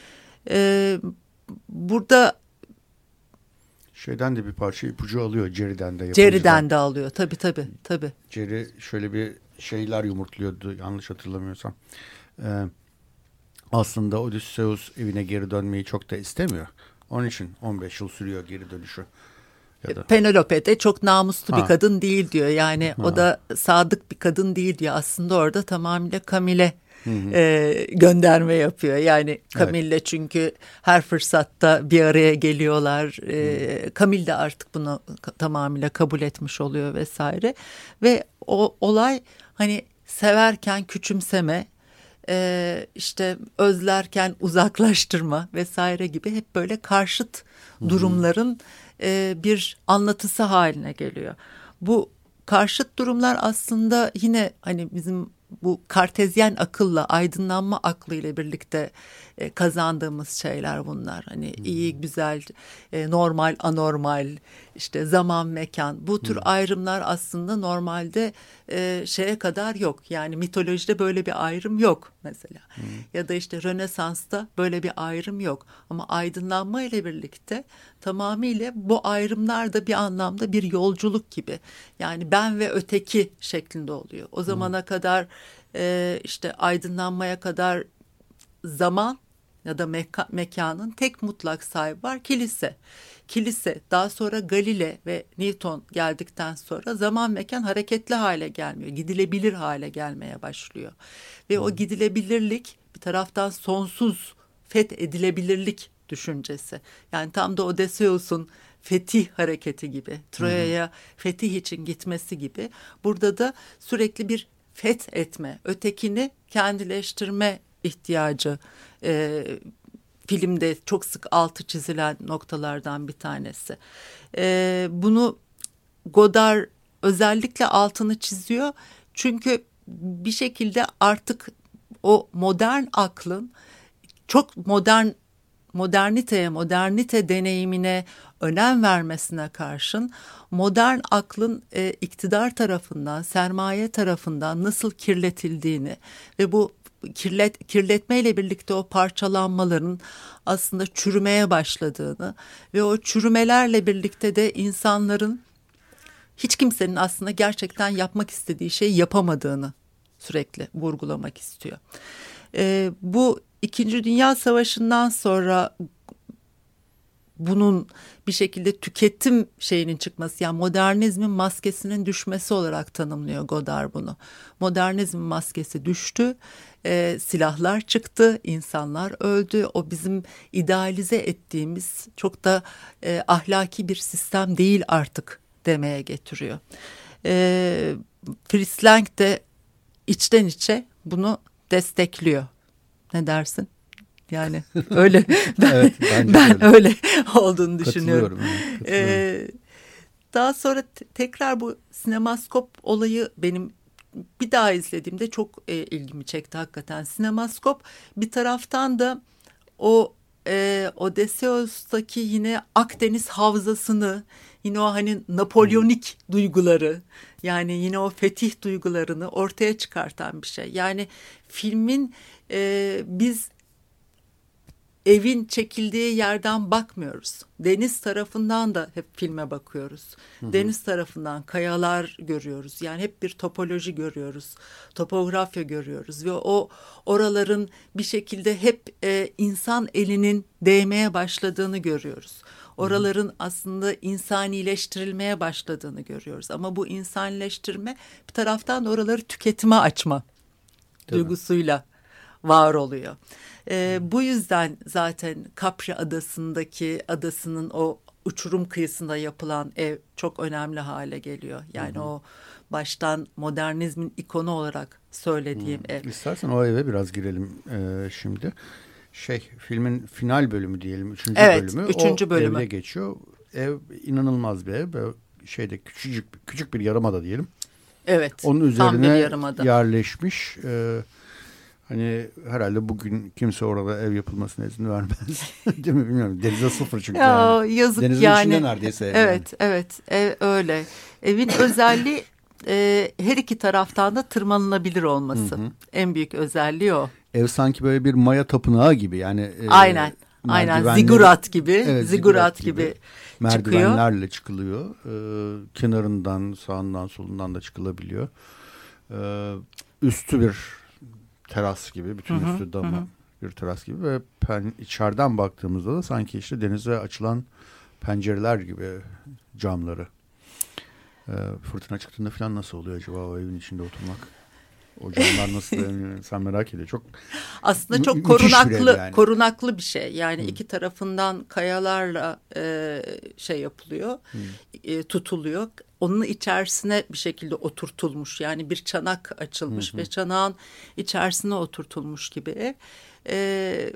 Ee, burada şeyden de bir parça ipucu alıyor, Jerry'den de. Yapımcıdan. Jerry'den de alıyor tabii tabii tabii. Jerry şöyle bir şeyler yumurtluyordu yanlış hatırlamıyorsam. Ee, aslında Odysseus evine geri dönmeyi çok da istemiyor. Onun için on beş yıl sürüyor geri dönüşü. Ya da... Penelope de çok namuslu Ha. bir kadın değil diyor. Yani ha. O da sadık bir kadın değil diyor. Aslında orada tamamıyla Camille e, gönderme yapıyor. Yani Camille evet. Çünkü her fırsatta bir araya geliyorlar. E, Camille de artık bunu tamamıyla kabul etmiş oluyor vesaire. Ve o olay hani severken küçümseme, Ee, işte özlerken uzaklaştırma vesaire gibi hep böyle karşıt durumların e, bir anlatısı haline geliyor. Bu karşıt durumlar aslında yine hani bizim bu kartezyen akılla, aydınlanma aklıyla birlikte e, kazandığımız şeyler bunlar. Hani hmm. iyi, güzel, e, normal, anormal, işte zaman, mekan. Bu tür hmm. ayrımlar aslında normalde e, şeye kadar yok. Yani mitolojide böyle bir ayrım yok mesela. Hmm. Ya da işte Rönesans'ta böyle bir ayrım yok. Ama aydınlanma ile birlikte tamamıyla bu ayrımlar da bir anlamda bir yolculuk gibi. Yani ben ve öteki şeklinde oluyor. O zamana hmm. kadar e, işte aydınlanmaya kadar zaman ya da meka- mekanın tek mutlak sahibi var, kilise. Kilise, daha sonra Galile ve Newton geldikten sonra zaman mekan hareketli hale gelmiyor. Gidilebilir hale gelmeye başlıyor. Ve hmm. o gidilebilirlik bir taraftan sonsuz fethedilebilirlik düşüncesi. Yani tam da Odysseus'un fetih hareketi gibi, Troya'ya fetih için gitmesi gibi. Burada da sürekli bir fethetme, ötekini kendileştirme ihtiyacı e, filmde çok sık altı çizilen noktalardan bir tanesi. E, bunu Godard özellikle altını çiziyor. Çünkü bir şekilde artık o modern aklın çok modern moderniteye, modernite deneyimine önem vermesine karşın modern aklın e, iktidar tarafından, sermaye tarafından nasıl kirletildiğini ve bu kirlet kirletmeyle birlikte o parçalanmaların aslında çürümeye başladığını ve o çürümelerle birlikte de insanların hiç kimsenin aslında gerçekten yapmak istediği şeyi yapamadığını sürekli vurgulamak istiyor. Ee, bu İkinci Dünya Savaşı'ndan sonra bunun bir şekilde tüketim şeyinin çıkması, yani modernizmin maskesinin düşmesi olarak tanımlıyor Godard bunu. Modernizmin maskesi düştü, e, silahlar çıktı, insanlar öldü. O bizim idealize ettiğimiz çok da e, ahlaki bir sistem değil artık demeye getiriyor. E, Fritz Lang de içten içe bunu destekliyor. Ne dersin? Yani öyle ben, evet, ben öyle. öyle olduğunu düşünüyorum. Evet, ee, daha sonra t- tekrar bu sinemaskop olayı benim bir daha izlediğimde çok e, ilgimi çekti hakikaten. Sinemaskop bir taraftan da o e, Odysseus'taki yine Akdeniz havzasını, yine o hani Napolyonik hmm. duyguları, yani yine o fetih duygularını ortaya çıkartan bir şey. Yani filmin e, biz evin çekildiği yerden bakmıyoruz. Deniz tarafından da hep filme bakıyoruz. Hı hı. Deniz tarafından kayalar görüyoruz. Yani hep bir topoloji görüyoruz. Topografya görüyoruz ve o oraların bir şekilde hep e, insan elinin değmeye başladığını görüyoruz. Oraların aslında insanileştirilmeye başladığını görüyoruz. Ama bu insanileştirme bir taraftan da oraları tüketime açma Değil duygusuyla mi? var oluyor. Ee, bu yüzden zaten Capri adasındaki adasının o uçurum kıyısında yapılan ev çok önemli hale geliyor. Yani hı hı. o baştan modernizmin ikonu olarak söylediğim hı. ev. İstersen o eve biraz girelim e, şimdi. Şey, filmin final bölümü diyelim, üçüncü evet, bölümü. Üçüncü o bölümü. evde geçiyor. Ev inanılmaz bir ev. Şeyde küçücük küçük bir yarımada diyelim. Evet. Onun üzerine yerleşmiş. E, Hani herhalde bugün kimse orada ev yapılmasına izin vermez. Değil mi bilmiyorum. Denize sıfır çünkü. Ya, yani. Yazık Denizin yani. içinde neredeyse. Evet yani. evet ev öyle. Evin özelliği e, her iki taraftan da tırmanılabilir olması. Hı hı. En büyük özelliği o. Ev sanki böyle bir Maya tapınağı gibi yani. E, aynen aynen zigurat gibi. Evet, zigurat gibi, gibi merdivenlerle çıkılıyor. Ee, kenarından sağından solundan da çıkılabiliyor. Ee, üstü bir teras gibi, bütün hı hı, üstü dama hı. bir teras gibi ve pen, içeriden baktığımızda da sanki işte denize açılan pencereler gibi camları. Ee, fırtına çıktığında falan nasıl oluyor acaba o evin içinde oturmak? O camlar nasıl yani, sen merak ediyor. Çok aslında çok korunaklı bir yani. korunaklı bir şey. Yani hmm. iki tarafından kayalarla e, şey yapılıyor, hmm. e, tutuluyor. Onun içerisine bir şekilde oturtulmuş. Yani bir çanak açılmış hmm. ve çanağın içerisine oturtulmuş gibi. E,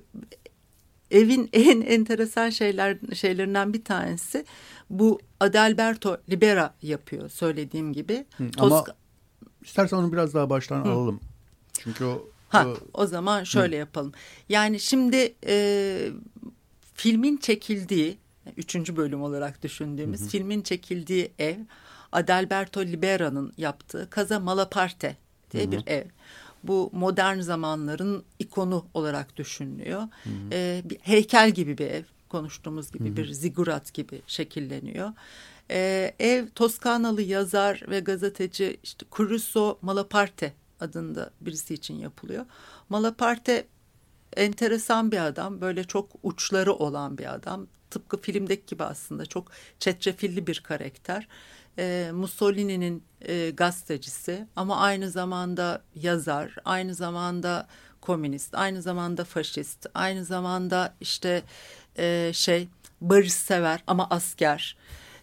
evin en enteresan şeyler şeylerinden bir tanesi bu Adalberto Libera yapıyor söylediğim gibi. Hmm. Ama İstersen onu biraz daha baştan Hı. alalım. Çünkü o... Ha, o, o zaman şöyle Hı. yapalım. Yani şimdi e, filmin çekildiği, üçüncü bölüm olarak düşündüğümüz Hı. filmin çekildiği ev, Adalberto Libera'nın yaptığı Casa Malaparte diye Hı. bir ev. Bu modern zamanların ikonu olarak düşünülüyor. E, bir heykel gibi bir ev. Konuştuğumuz gibi Hı. bir zigurat gibi şekilleniyor. Ee, ev Toskanalı yazar ve gazeteci işte Crusoe Malaparte adında birisi için yapılıyor. Malaparte enteresan bir adam, böyle çok uçları olan bir adam. Tıpkı filmdeki gibi aslında çok çetrefilli bir karakter. Ee, Mussolini'nin e, gazetecisi ama aynı zamanda yazar, aynı zamanda komünist, aynı zamanda faşist, aynı zamanda işte e, şey barışsever ama asker.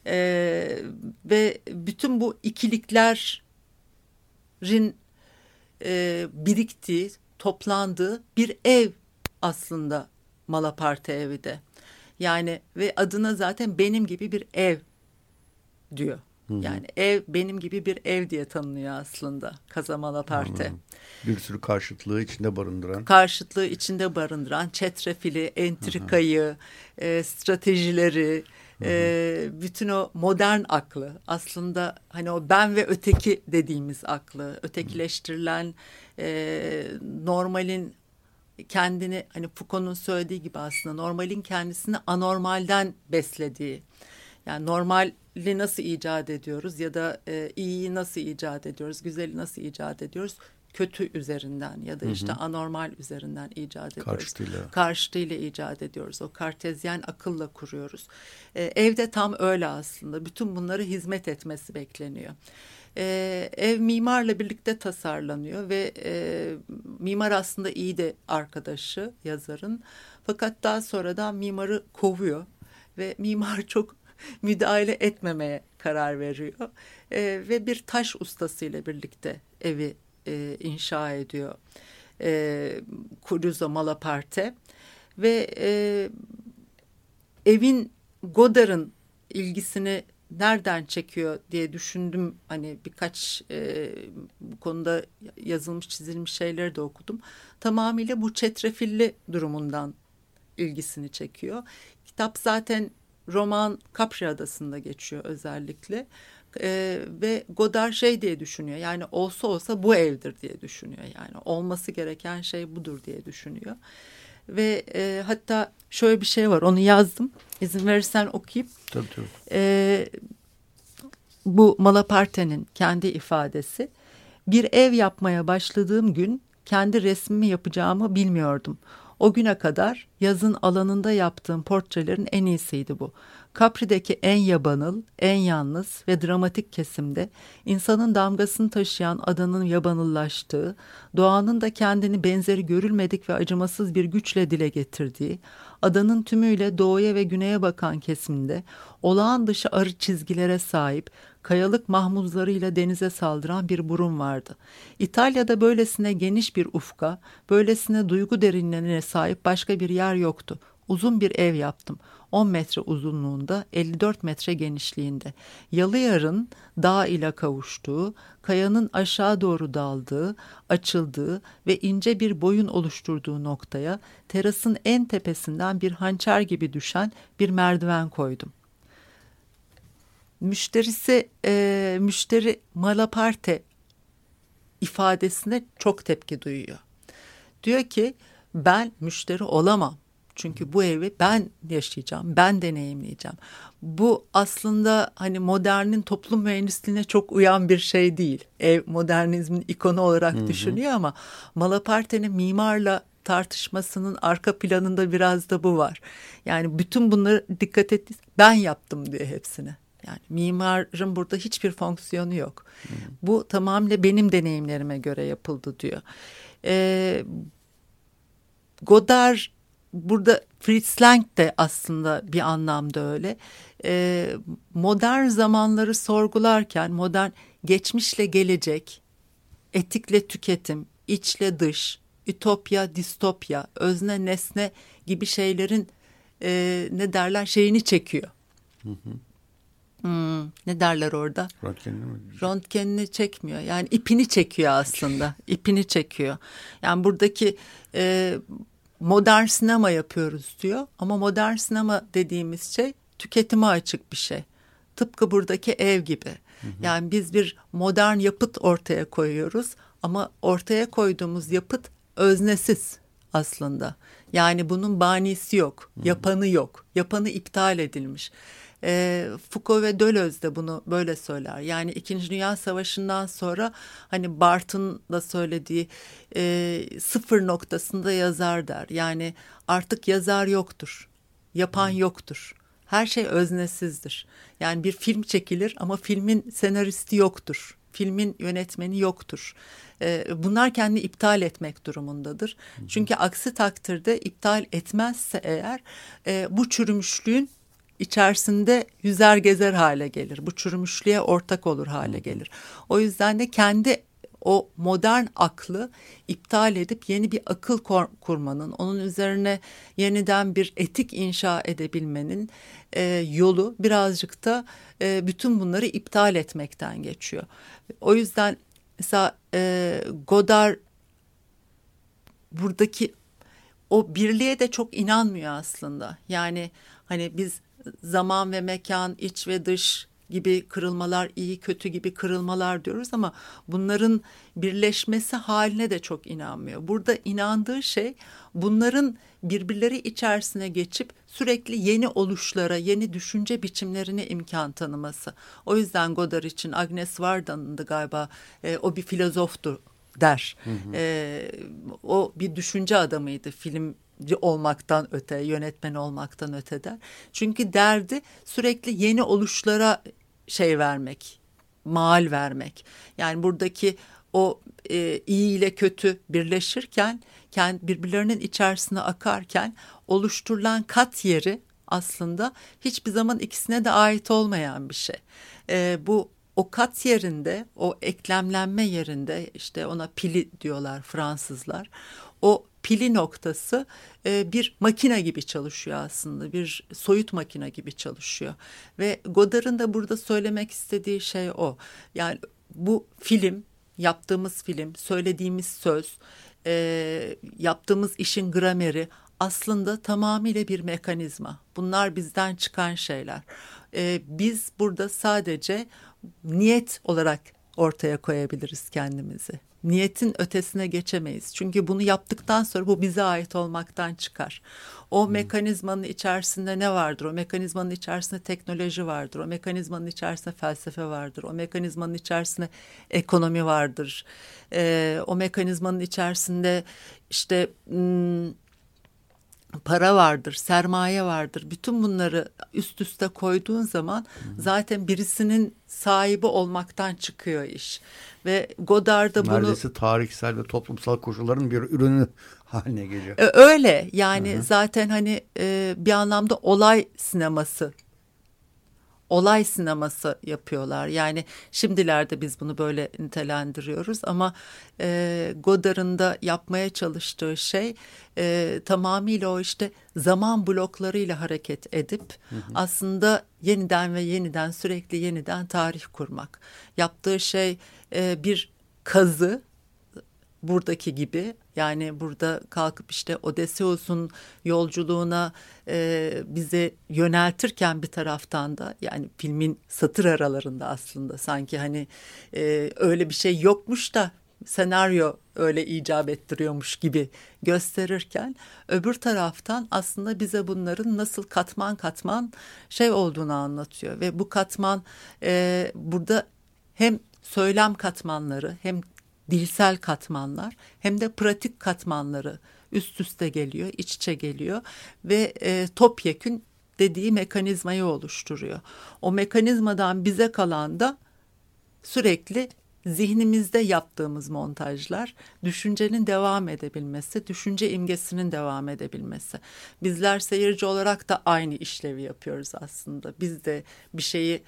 Ee, ve bütün bu ikiliklerin e, biriktiği, toplandığı bir ev aslında Malaparte evi de. Yani ve adına zaten benim gibi bir ev diyor. Hı hı. Yani ev benim gibi bir ev diye tanınıyor aslında Casa Malaparte. Bir sürü karşıtlığı içinde barındıran. Karşıtlığı içinde barındıran, çetrefili, entrikayı, e, stratejileri, e, bütün o modern aklı aslında hani o ben ve öteki dediğimiz aklı, ötekileştirilen e, normalin kendini, hani Foucault'un söylediği gibi aslında normalin kendisini anormalden beslediği. Yani normali nasıl icat ediyoruz ya da e, iyiyi nasıl icat ediyoruz, güzeli nasıl icat ediyoruz? Kötü üzerinden ya da işte hı hı. anormal üzerinden icat ediyoruz. Karşıtıyla. Karşıtıyla icat ediyoruz. O kartezyen akılla kuruyoruz. Ee, evde tam öyle aslında. Bütün bunları hizmet etmesi bekleniyor. Ee, ev mimarla birlikte tasarlanıyor ve e, mimar aslında iyi de arkadaşı yazarın. Fakat daha sonradan mimarı kovuyor ve mimar çok müdahale etmemeye karar veriyor. Ee, ve bir taş ustasıyla birlikte evi E, inşa ediyor e, Crusoe Malaparte ve e, evin Godard'ın ilgisini nereden çekiyor diye düşündüm. Hani birkaç e, bu konuda yazılmış çizilmiş şeyleri de okudum. Tamamıyla bu çetrefilli durumundan ilgisini çekiyor. Kitap zaten roman Capri Adası'nda geçiyor özellikle. Ee, ve Godard şey diye düşünüyor, yani olsa olsa bu evdir diye düşünüyor, yani olması gereken şey budur diye düşünüyor ve e, hatta şöyle bir şey var, onu yazdım, izin verirsen okuyayım. Tabii tabii. Ee, bu Malaparte'nin kendi ifadesi: bir ev yapmaya başladığım gün kendi resmimi yapacağımı bilmiyordum. O güne kadar yazın alanında yaptığım portrelerin en iyisiydi bu. Capri'deki en yabanıl, en yalnız ve dramatik kesimde insanın damgasını taşıyan adanın yabanıllaştığı, doğanın da kendini benzeri görülmedik ve acımasız bir güçle dile getirdiği, adanın tümüyle doğuya ve güneye bakan kesimde olağan dışı arı çizgilere sahip, kayalık mahmuzlarıyla denize saldıran bir burun vardı. İtalya'da böylesine geniş bir ufka, böylesine duygu derinliğine sahip başka bir yer yoktu. Uzun bir ev yaptım. on metre uzunluğunda, elli dört metre genişliğinde. Yalıyar'ın dağ ile kavuştuğu, kayanın aşağı doğru daldığı, açıldığı ve ince bir boyun oluşturduğu noktaya terasın en tepesinden bir hançer gibi düşen bir merdiven koydum. Müşterisi, e, müşteri Malaparte ifadesine çok tepki duyuyor. Diyor ki ben müşteri olamam. Çünkü bu evi ben yaşayacağım, ben deneyimleyeceğim. Bu aslında hani modernin toplum mühendisliğine çok uyan bir şey değil. Ev modernizmin ikonu olarak hı hı. düşünüyor ama Malaparte'nin mimarla tartışmasının arka planında biraz da bu var. Yani bütün bunları dikkat et, ben yaptım diyor hepsini. Yani mimarın burada hiçbir fonksiyonu yok. Hı. Bu tamamıyla benim deneyimlerime göre yapıldı diyor. Ee, Godard burada, Fritz Lang de aslında bir anlamda öyle. Ee, modern zamanları sorgularken modern geçmişle gelecek, etikle tüketim, içle dış, ütopya, distopya, özne nesne gibi şeylerin e, ne derler şeyini çekiyor. Hı hı. Hmm, ne derler orada? Röntgenini mi? Röntgenini çekmiyor. Yani ipini çekiyor aslında. İpini çekiyor. Yani buradaki e, modern sinema yapıyoruz diyor. Ama modern sinema dediğimiz şey tüketime açık bir şey. Tıpkı buradaki ev gibi. Hı hı. Yani biz bir modern yapıt ortaya koyuyoruz. Ama ortaya koyduğumuz yapıt öznesiz aslında. Yani bunun banisi yok. Hı hı. Yapanı yok. Yapanı iptal edilmiş. E, Foucault ve Deleuze de bunu böyle söyler. Yani İkinci Dünya Savaşı'ndan sonra hani Barthes'ın da söylediği e, sıfır noktasında yazar der. Yani artık yazar yoktur, yapan yoktur. Her şey öznesizdir. Yani bir film çekilir ama filmin senaristi yoktur. Filmin yönetmeni yoktur. E, bunlar kendini iptal etmek durumundadır. Hı hı. Çünkü aksi takdirde iptal etmezse eğer e, bu çürümüşlüğün içerisinde yüzer gezer hale gelir. Bu çürümüşlüğe ortak olur hale gelir. O yüzden de kendi o modern aklı iptal edip yeni bir akıl kurmanın, onun üzerine yeniden bir etik inşa edebilmenin e, yolu birazcık da e, bütün bunları iptal etmekten geçiyor. O yüzden mesela e, Godard buradaki o birliğe de çok inanmıyor aslında. Yani hani biz zaman ve mekan, iç ve dış, gibi kırılmalar, iyi kötü gibi kırılmalar diyoruz ama bunların birleşmesi haline de çok inanmıyor. Burada inandığı şey bunların birbirleri içerisine geçip sürekli yeni oluşlara, yeni düşünce biçimlerine imkan tanıması. O yüzden Godard için Agnes Vardan'dı galiba, e, o bir filozoftu der. Hı hı. E, o bir düşünce adamıydı, filmci olmaktan öte, yönetmen olmaktan öte der. Çünkü derdi sürekli yeni oluşlara şey vermek, mal vermek. Yani buradaki o e, iyi ile kötü birleşirken, kendi birbirlerinin içerisine akarken oluşturulan kat yeri aslında hiçbir zaman ikisine de ait olmayan bir şey. E, bu o kat yerinde, o eklemlenme yerinde, işte ona pili diyorlar Fransızlar. O pili noktası e, bir makine gibi çalışıyor aslında, bir soyut makine gibi çalışıyor. Ve Godard'ın da burada söylemek istediği şey o. Yani bu film, yaptığımız film, söylediğimiz söz, e, yaptığımız işin grameri aslında tamamıyla bir mekanizma. Bunlar bizden çıkan şeyler. E, biz burada sadece niyet olarak ortaya koyabiliriz kendimizi. Niyetin ötesine geçemeyiz. Çünkü bunu yaptıktan sonra bu bize ait olmaktan çıkar. O hmm. mekanizmanın içerisinde ne vardır? O mekanizmanın içerisinde teknoloji vardır. O mekanizmanın içerisinde felsefe vardır. O mekanizmanın içerisinde ekonomi vardır. Ee, o mekanizmanın içerisinde işte Hmm, para vardır, sermaye vardır. Bütün bunları üst üste koyduğun zaman hmm. zaten birisinin sahibi olmaktan çıkıyor iş. Ve Godard da bunu... Neredeyse tarihsel ve toplumsal koşulların bir ürünü haline geliyor. Öyle yani Hı-hı. zaten hani e, bir anlamda olay sineması. Olay sineması yapıyorlar. Yani şimdilerde biz bunu böyle nitelendiriyoruz ama e, Godard'ın da yapmaya çalıştığı şey e, tamamıyla o işte zaman bloklarıyla hareket edip hı hı. aslında yeniden ve yeniden sürekli yeniden tarih kurmak. Yaptığı şey e, bir kazı. Buradaki gibi, yani burada kalkıp işte Odysseus'un yolculuğuna e, bizi yöneltirken bir taraftan da, yani filmin satır aralarında aslında sanki hani e, öyle bir şey yokmuş da senaryo öyle icap ettiriyormuş gibi gösterirken, öbür taraftan aslında bize bunların nasıl katman katman şey olduğunu anlatıyor. Ve bu katman e, burada hem söylem katmanları, hem dilsel katmanlar, hem de pratik katmanları üst üste geliyor, iç içe geliyor ve e, topyekün dediği mekanizmayı oluşturuyor. O mekanizmadan bize kalan da sürekli zihnimizde yaptığımız montajlar, düşüncenin devam edebilmesi, düşünce imgesinin devam edebilmesi. Bizler seyirci olarak da aynı işlevi yapıyoruz aslında. Biz de bir şeyi,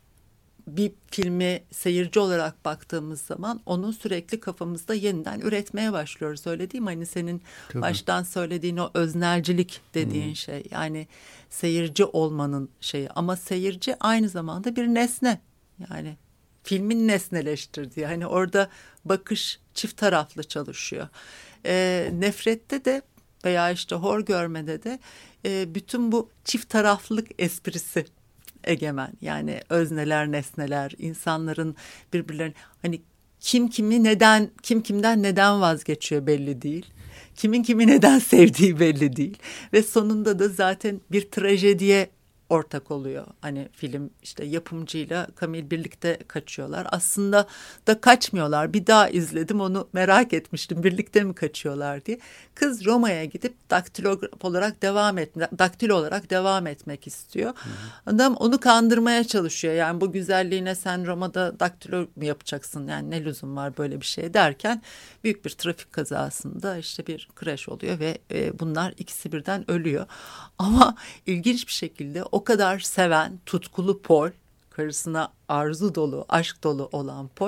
bir filmi seyirci olarak baktığımız zaman onu sürekli kafamızda yeniden üretmeye başlıyoruz. Öyle değil mi? Hani senin Tabii. baştan söylediğin o öznelcilik dediğin hmm. şey. Yani seyirci olmanın şeyi. Ama seyirci aynı zamanda bir nesne. Yani filmin nesneleştirdiği. Hani orada bakış çift taraflı çalışıyor. Ee, Nefret'te de veya işte Hor Görme'de de e, bütün bu çift taraflılık esprisi egemen. Yani özneler, nesneler, insanların birbirlerine, hani kim kimi neden, kim kimden neden vazgeçiyor belli değil. Kimin kimi neden sevdiği belli değil. Ve sonunda da zaten bir trajediye ortak oluyor. Hani film işte yapımcıyla Camille birlikte kaçıyorlar. Aslında da kaçmıyorlar. Bir daha izledim, onu merak etmiştim. Birlikte mi kaçıyorlar diye. Kız Roma'ya gidip daktilograf olarak devam etmek, daktilo olarak devam etmek istiyor. Hı hı. Adam onu kandırmaya çalışıyor. Yani bu güzelliğine sen Roma'da daktilo mu yapacaksın? Yani ne lüzum var böyle bir şeye derken büyük bir trafik kazasında işte bir crash oluyor ve e, bunlar ikisi birden ölüyor. Ama ilginç bir şekilde o kadar seven, tutkulu Paul, karısına arzu dolu, aşk dolu olan Paul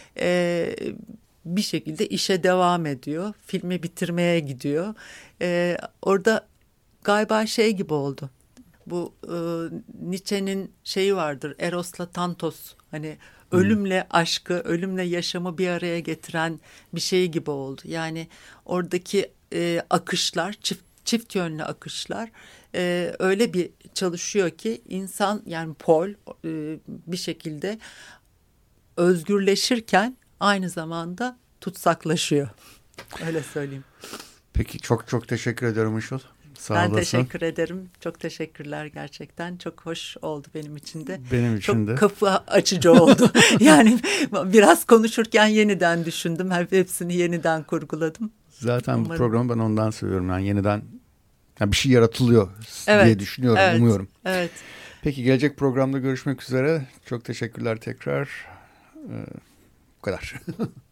e, bir şekilde işe devam ediyor. Filmi bitirmeye gidiyor. E, orada galiba şey gibi oldu. Bu e, Nietzsche'nin şeyi vardır, Eros'la Tantos, hani ölümle aşkı, ölümle yaşamı bir araya getiren bir şey gibi oldu. Yani oradaki e, akışlar, çift çift yönlü akışlar e, öyle bir çalışıyor ki insan, yani Paul e, bir şekilde özgürleşirken aynı zamanda tutsaklaşıyor. Öyle söyleyeyim. Peki, çok çok teşekkür ederim Işıl. Sağ ben olasın. teşekkür ederim. Çok teşekkürler gerçekten. Çok hoş oldu benim için de. Benim için Çok de. kapı açıcı oldu. Yani biraz konuşurken yeniden düşündüm. Hep hepsini yeniden kurguladım. Zaten Umarım. bu programı ben ondan seviyorum. Yani yeniden yani bir şey yaratılıyor Evet, diye düşünüyorum, evet, umuyorum. Evet. Peki, gelecek programda görüşmek üzere. Çok teşekkürler tekrar. Ee, bu kadar.